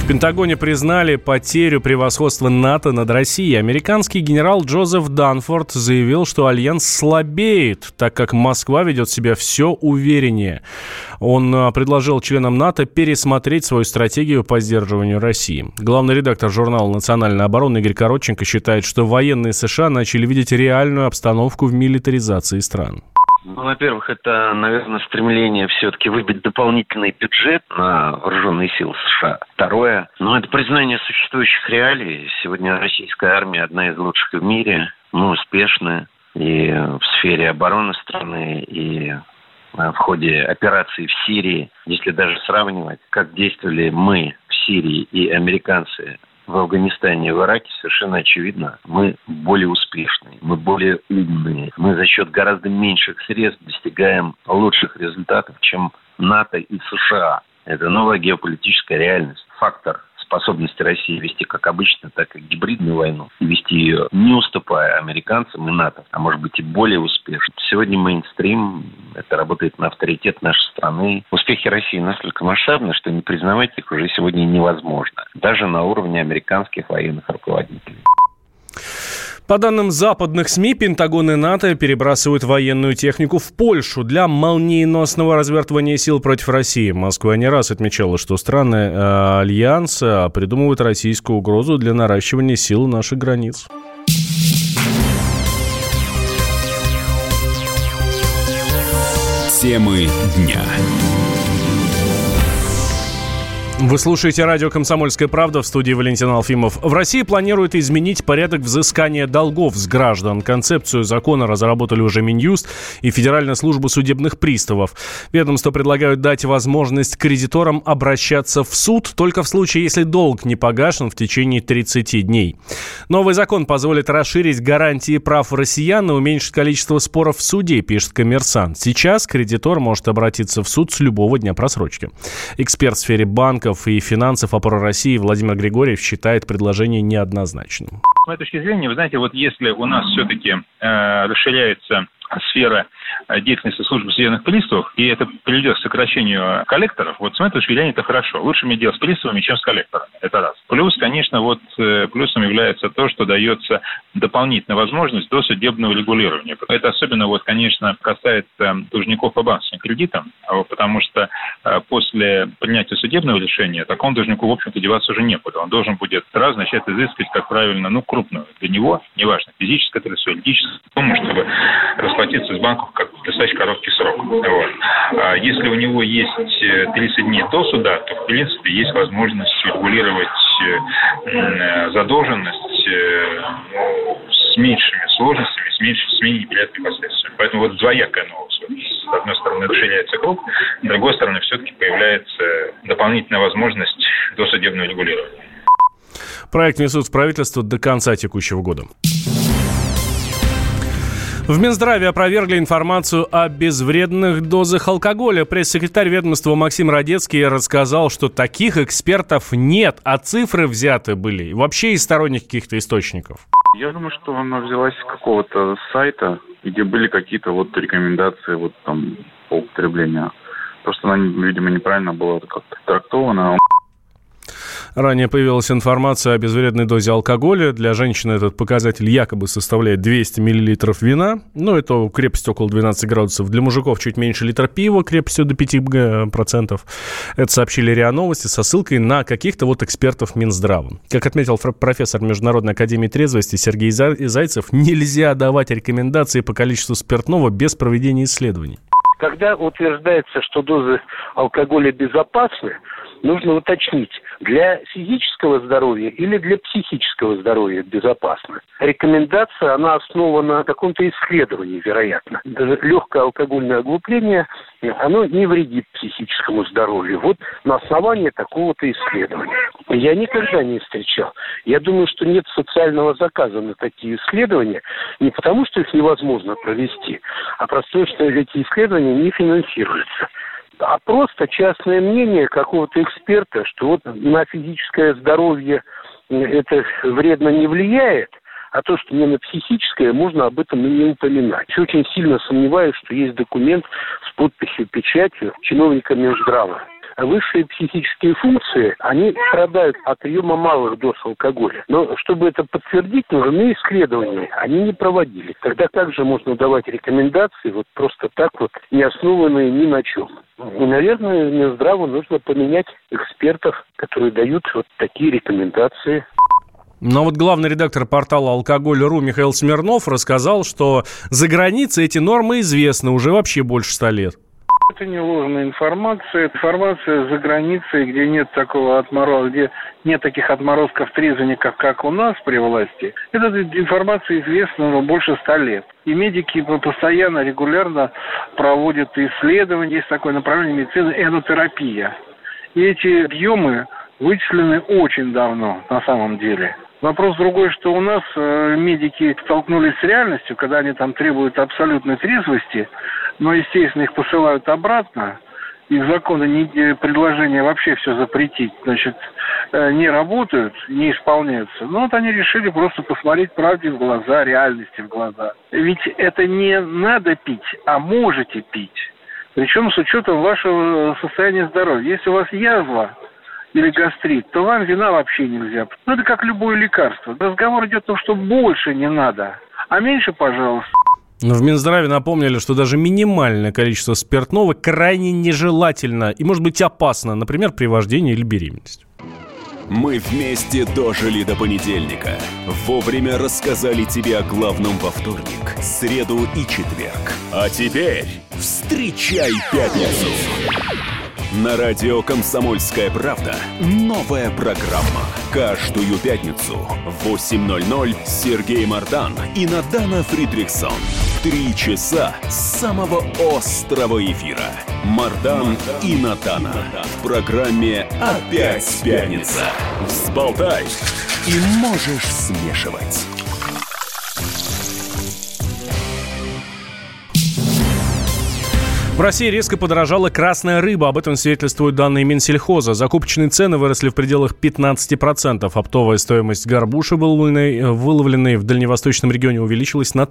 В Пентагоне признали потерю превосходства НАТО над Россией. Американский генерал Джозеф Данфорд заявил, что альянс слабеет, так как Москва ведет себя все увереннее. Он предложил членам НАТО пересмотреть свою стратегию по сдерживанию России. Главный редактор журнала «Национальная оборона» Игорь Коротченко считает, что военные США начали видеть реальную обстановку в милитаризации стран. Ну, во-первых, это, наверное, стремление все-таки выбить дополнительный бюджет на вооруженные силы США. Второе, это признание существующих реалий. Сегодня российская армия одна из лучших в мире, успешная и в сфере обороны страны, и в ходе операций в Сирии. Если даже сравнивать, как действовали мы в Сирии и американцы в Афганистане и в Ираке, совершенно очевидно, мы более успешные, мы более умные. Мы за счет гораздо меньших средств достигаем лучших результатов, чем НАТО и США. Это новая геополитическая реальность. Фактор способности России вести как обычно, так и гибридную войну. И вести ее не уступая американцам и НАТО, а может быть и более успешно. Сегодня мейнстрим, это работает на авторитет нашей страны. Успехи России настолько масштабны, что не признавать их уже сегодня невозможно. Даже на уровне американских военных руководителей. По данным западных СМИ, Пентагон и НАТО перебрасывают военную технику в Польшу для молниеносного развертывания сил против России. Москва не раз отмечала, что страны Альянса придумывают российскую угрозу для наращивания сил наших границ. Темы дня. Вы слушаете радио «Комсомольская правда», в студии Валентин Алфимов. В России планируют изменить порядок взыскания долгов с граждан. Концепцию закона разработали уже Минюст и Федеральная служба судебных приставов. Ведомства предлагают дать возможность кредиторам обращаться в суд только в случае, если долг не погашен в течение 30 дней. Новый закон позволит расширить гарантии прав россиян и уменьшить количество споров в суде, пишет «Коммерсант». Сейчас кредитор может обратиться в суд с любого дня просрочки. Эксперт в сфере банков и финансов «Опора России» Владимир Григорьев считает предложение неоднозначным. С моей точки зрения, вы знаете, если у нас все-таки расширяется сфера деятельности службы судебных приставов, и это приведет к сокращению коллекторов, с моей точки зрения, это хорошо. Лучше иметь дело с приставами, чем с коллекторами. Это раз. Плюс, конечно, плюсом является то, что дается дополнительная возможность досудебного регулирования. Это особенно, конечно, касается должников по банковским кредитам, потому что после принятия судебного решения такому должнику, в общем-то, деваться уже некуда. Он должен будет сразу начать изыскивать, как правильно, крупную для него, неважно, физическое это или юридическое, чтобы расплатиться с банком как достаточно короткий срок. Если у него есть 30 дней до суда, то, в принципе, есть возможность регулировать задолженность с меньшими сложностями, с менее неприятными последствиями. Поэтому двоякая новость. С одной стороны, расширяется круг, с другой стороны, все-таки появляется дополнительная возможность досудебного регулирования. Проект внесут в правительство до конца текущего года. В Минздраве опровергли информацию о безвредных дозах алкоголя. Пресс-секретарь ведомства Максим Радецкий рассказал, что таких экспертов нет, а цифры взяты были вообще из сторонних каких-то источников. Я думаю, что она взялась с какого-то сайта, где были какие-то рекомендации по употреблению. Просто она, видимо, неправильно была как-то трактована. Ранее появилась информация о безвредной дозе алкоголя. Для женщины этот показатель якобы составляет 200 мл вина. Это крепость около 12 градусов. Для мужиков чуть меньше литра пива, крепостью до 5%. Это сообщили РИА Новости со ссылкой на каких-то экспертов Минздрава. Как отметил профессор Международной академии трезвости Сергей Зайцев, нельзя давать рекомендации по количеству спиртного без проведения исследований. Когда утверждается, что дозы алкоголя безопасны, нужно уточнить, для физического здоровья или для психического здоровья безопасно. Рекомендация, она основана на каком-то исследовании, вероятно. Даже легкое алкогольное оглупление, оно не вредит психическому здоровью. На основании такого-то исследования. Я никогда не встречал. Я думаю, что нет социального заказа на такие исследования, не потому, что их невозможно провести, а просто, что эти исследования не финансируются. А просто частное мнение какого-то эксперта, что на физическое здоровье это вредно не влияет, а то, что не на психическое, можно об этом и не упоминать. Очень сильно сомневаюсь, что есть документ с подписью, печатью чиновника Минздрава. высшие психические функции, они страдают от приема малых доз алкоголя. Но чтобы это подтвердить, нужны исследования. Они не проводили. Тогда как же можно давать рекомендации вот просто так вот, не основанные ни на чем? И, наверное, Минздраву нужно поменять экспертов, которые дают вот такие рекомендации. Но вот главный редактор портала «Алкоголь.ру» Михаил Смирнов рассказал, что за границей эти нормы известны уже вообще больше 100 лет. Это не ложная информация. Информация за границей, где нет такого отморозка, где нет таких отморозков трезвенников, как у нас при власти. Эта информация известна больше 100 лет. И медики постоянно, регулярно проводят исследования. Есть такое направление медицины – энотерапия. И эти объемы вычислены очень давно на самом деле. Вопрос другой, что у нас медики столкнулись с реальностью, когда они там требуют абсолютной трезвости, но, естественно, их посылают обратно. Их законы, предложения вообще все запретить, значит, не работают, не исполняются. Но вот они решили просто посмотреть правде в глаза, реальности в глаза. Ведь это не надо пить, а можете пить. Причем с учетом вашего состояния здоровья. Если у вас язва или гастрит, то вам вина вообще нельзя. Ну, это как любое лекарство. Разговор идет о том, что больше не надо, а меньше, пожалуйста. Но в Минздраве напомнили, что даже минимальное количество спиртного крайне нежелательно и, может быть, опасно, например, при вождении или беременности. Мы вместе дожили до понедельника. Вовремя рассказали тебе о главном во вторник, среду и четверг. А теперь встречай пятницу! На радио «Комсомольская правда» новая программа. Каждую пятницу в 8:00 Сергей Мардан и Надана Фридрихсон. 3 часа самого острого эфира. Мардан и Надана. В программе «Опять пятница». Взболтай и можешь смешивать. В России резко подорожала красная рыба. Об этом свидетельствуют данные Минсельхоза. Закупочные цены выросли в пределах 15%. Оптовая стоимость горбуши, выловленной в дальневосточном регионе, увеличилась на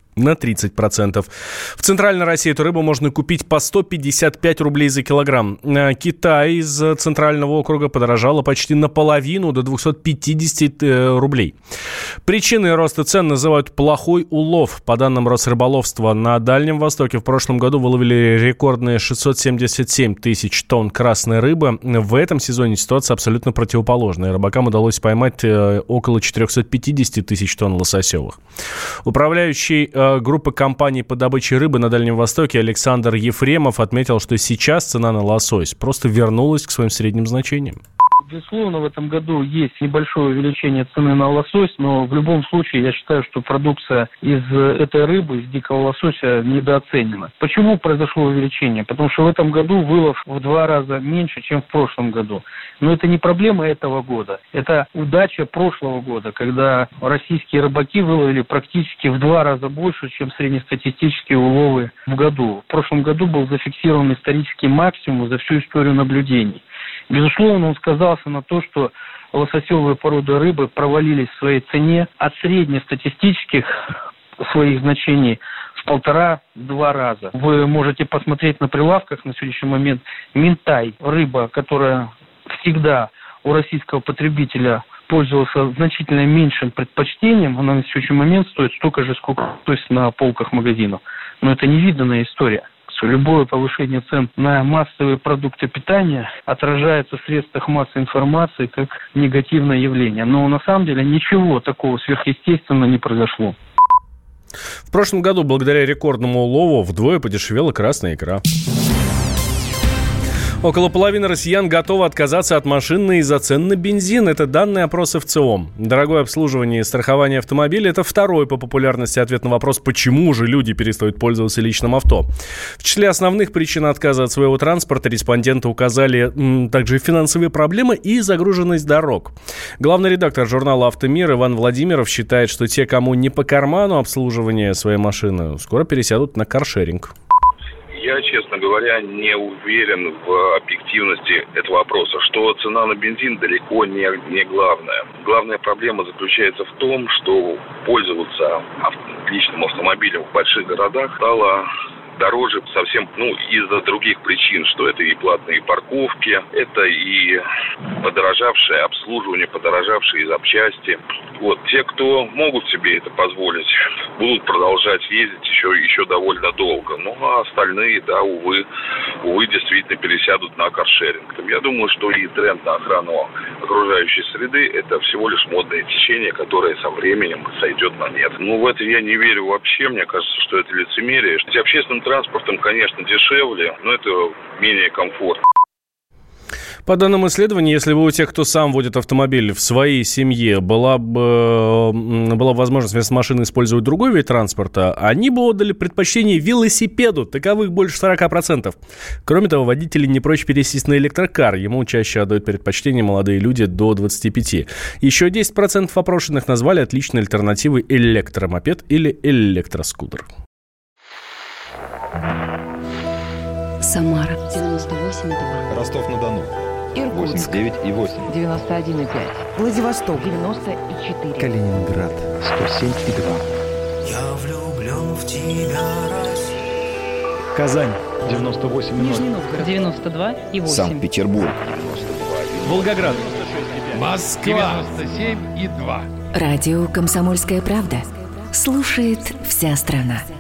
30%. В Центральной России эту рыбу можно купить по 155 рублей за килограмм. Китай из Центрального округа подорожало почти наполовину, до 250 рублей. Причиной роста цен называют плохой улов. По данным Росрыболовства, на Дальнем Востоке в прошлом году выловили рекордные 677 тысяч тонн красной рыбы. В этом сезоне ситуация абсолютно противоположная. Рыбакам удалось поймать около 450 тысяч тонн лососевых. Управляющий группы компаний по добыче рыбы на Дальнем Востоке Александр Ефремов отметил, что сейчас цена на лосось просто вернулась к своим средним значениям. Безусловно, в этом году есть небольшое увеличение цены на лосось, но в любом случае я считаю, что продукция из этой рыбы, из дикого лосося, недооценена. Почему произошло увеличение? Потому что в этом году вылов в 2 раза меньше, чем в прошлом году. Но это не проблема этого года. Это удача прошлого года, когда российские рыбаки выловили практически в 2 раза больше, чем среднестатистические уловы в году. В прошлом году был зафиксирован исторический максимум за всю историю наблюдений. Безусловно, он сказался на то, что лососевые породы рыбы провалились в своей цене от среднестатистических своих значений в 1,5-2 раза. Вы можете посмотреть на прилавках на сегодняшний момент минтай, рыба, которая всегда у российского потребителя пользовался значительно меньшим предпочтением, она на сегодняшний момент стоит столько же, сколько стоит на полках магазинов. Но это невиданная история. Любое повышение цен на массовые продукты питания отражается в средствах массовой информации как негативное явление. Но на самом деле ничего такого сверхъестественного не произошло. В прошлом году, благодаря рекордному улову, вдвое подешевела красная икра. Около половины россиян готовы отказаться от машины из-за цен на бензин. Это данные опроса ВЦИОМ. Дорогое обслуживание и страхование автомобиля – это второй по популярности ответ на вопрос, почему же люди перестают пользоваться личным авто. В числе основных причин отказа от своего транспорта респонденты указали также финансовые проблемы и загруженность дорог. Главный редактор журнала «Автомир» Иван Владимиров считает, что те, кому не по карману обслуживание своей машины, скоро пересядут на каршеринг. Я, честно говоря, не уверен в объективности этого вопроса, что цена на бензин далеко не главная. Главная проблема заключается в том, что пользоваться личным автомобилем в больших городах стало дороже совсем, из-за других причин, что это и платные парковки, это и подорожавшее обслуживание, подорожавшие запчасти. Вот, те, кто могут себе это позволить, будут продолжать ездить еще довольно долго. Ну, а остальные, да, увы, действительно пересядут на каршеринг. Я думаю, что и тренд на охрану окружающей среды – это всего лишь модное течение, которое со временем сойдет на нет. В это я не верю вообще. Мне кажется, что это лицемерие. Общественным транспортом, конечно, дешевле, но это менее комфортно. По данным исследований, если бы у тех, кто сам водит автомобиль в своей семье, была возможность вместо машины использовать другой вид транспорта, они бы отдали предпочтение велосипеду. Таковых больше 40%. Кроме того, водители не прочь пересесть на электрокар. Ему чаще отдают предпочтение молодые люди до 25. Еще 10% опрошенных назвали отличной альтернативой электромопед или электроскутер. Самара 98,2. Ростов-на-Дону. Иркутск 89,8. 91,5. Владивосток 94. Калининград 107,2. Я влюблен в тебя, Россия. Казань 98,0. Нижний Новгород 92,8. Санкт-Петербург 92,8. Волгоград 96,5. Москва 97,2. Радио «Комсомольская правда». Слушает вся страна.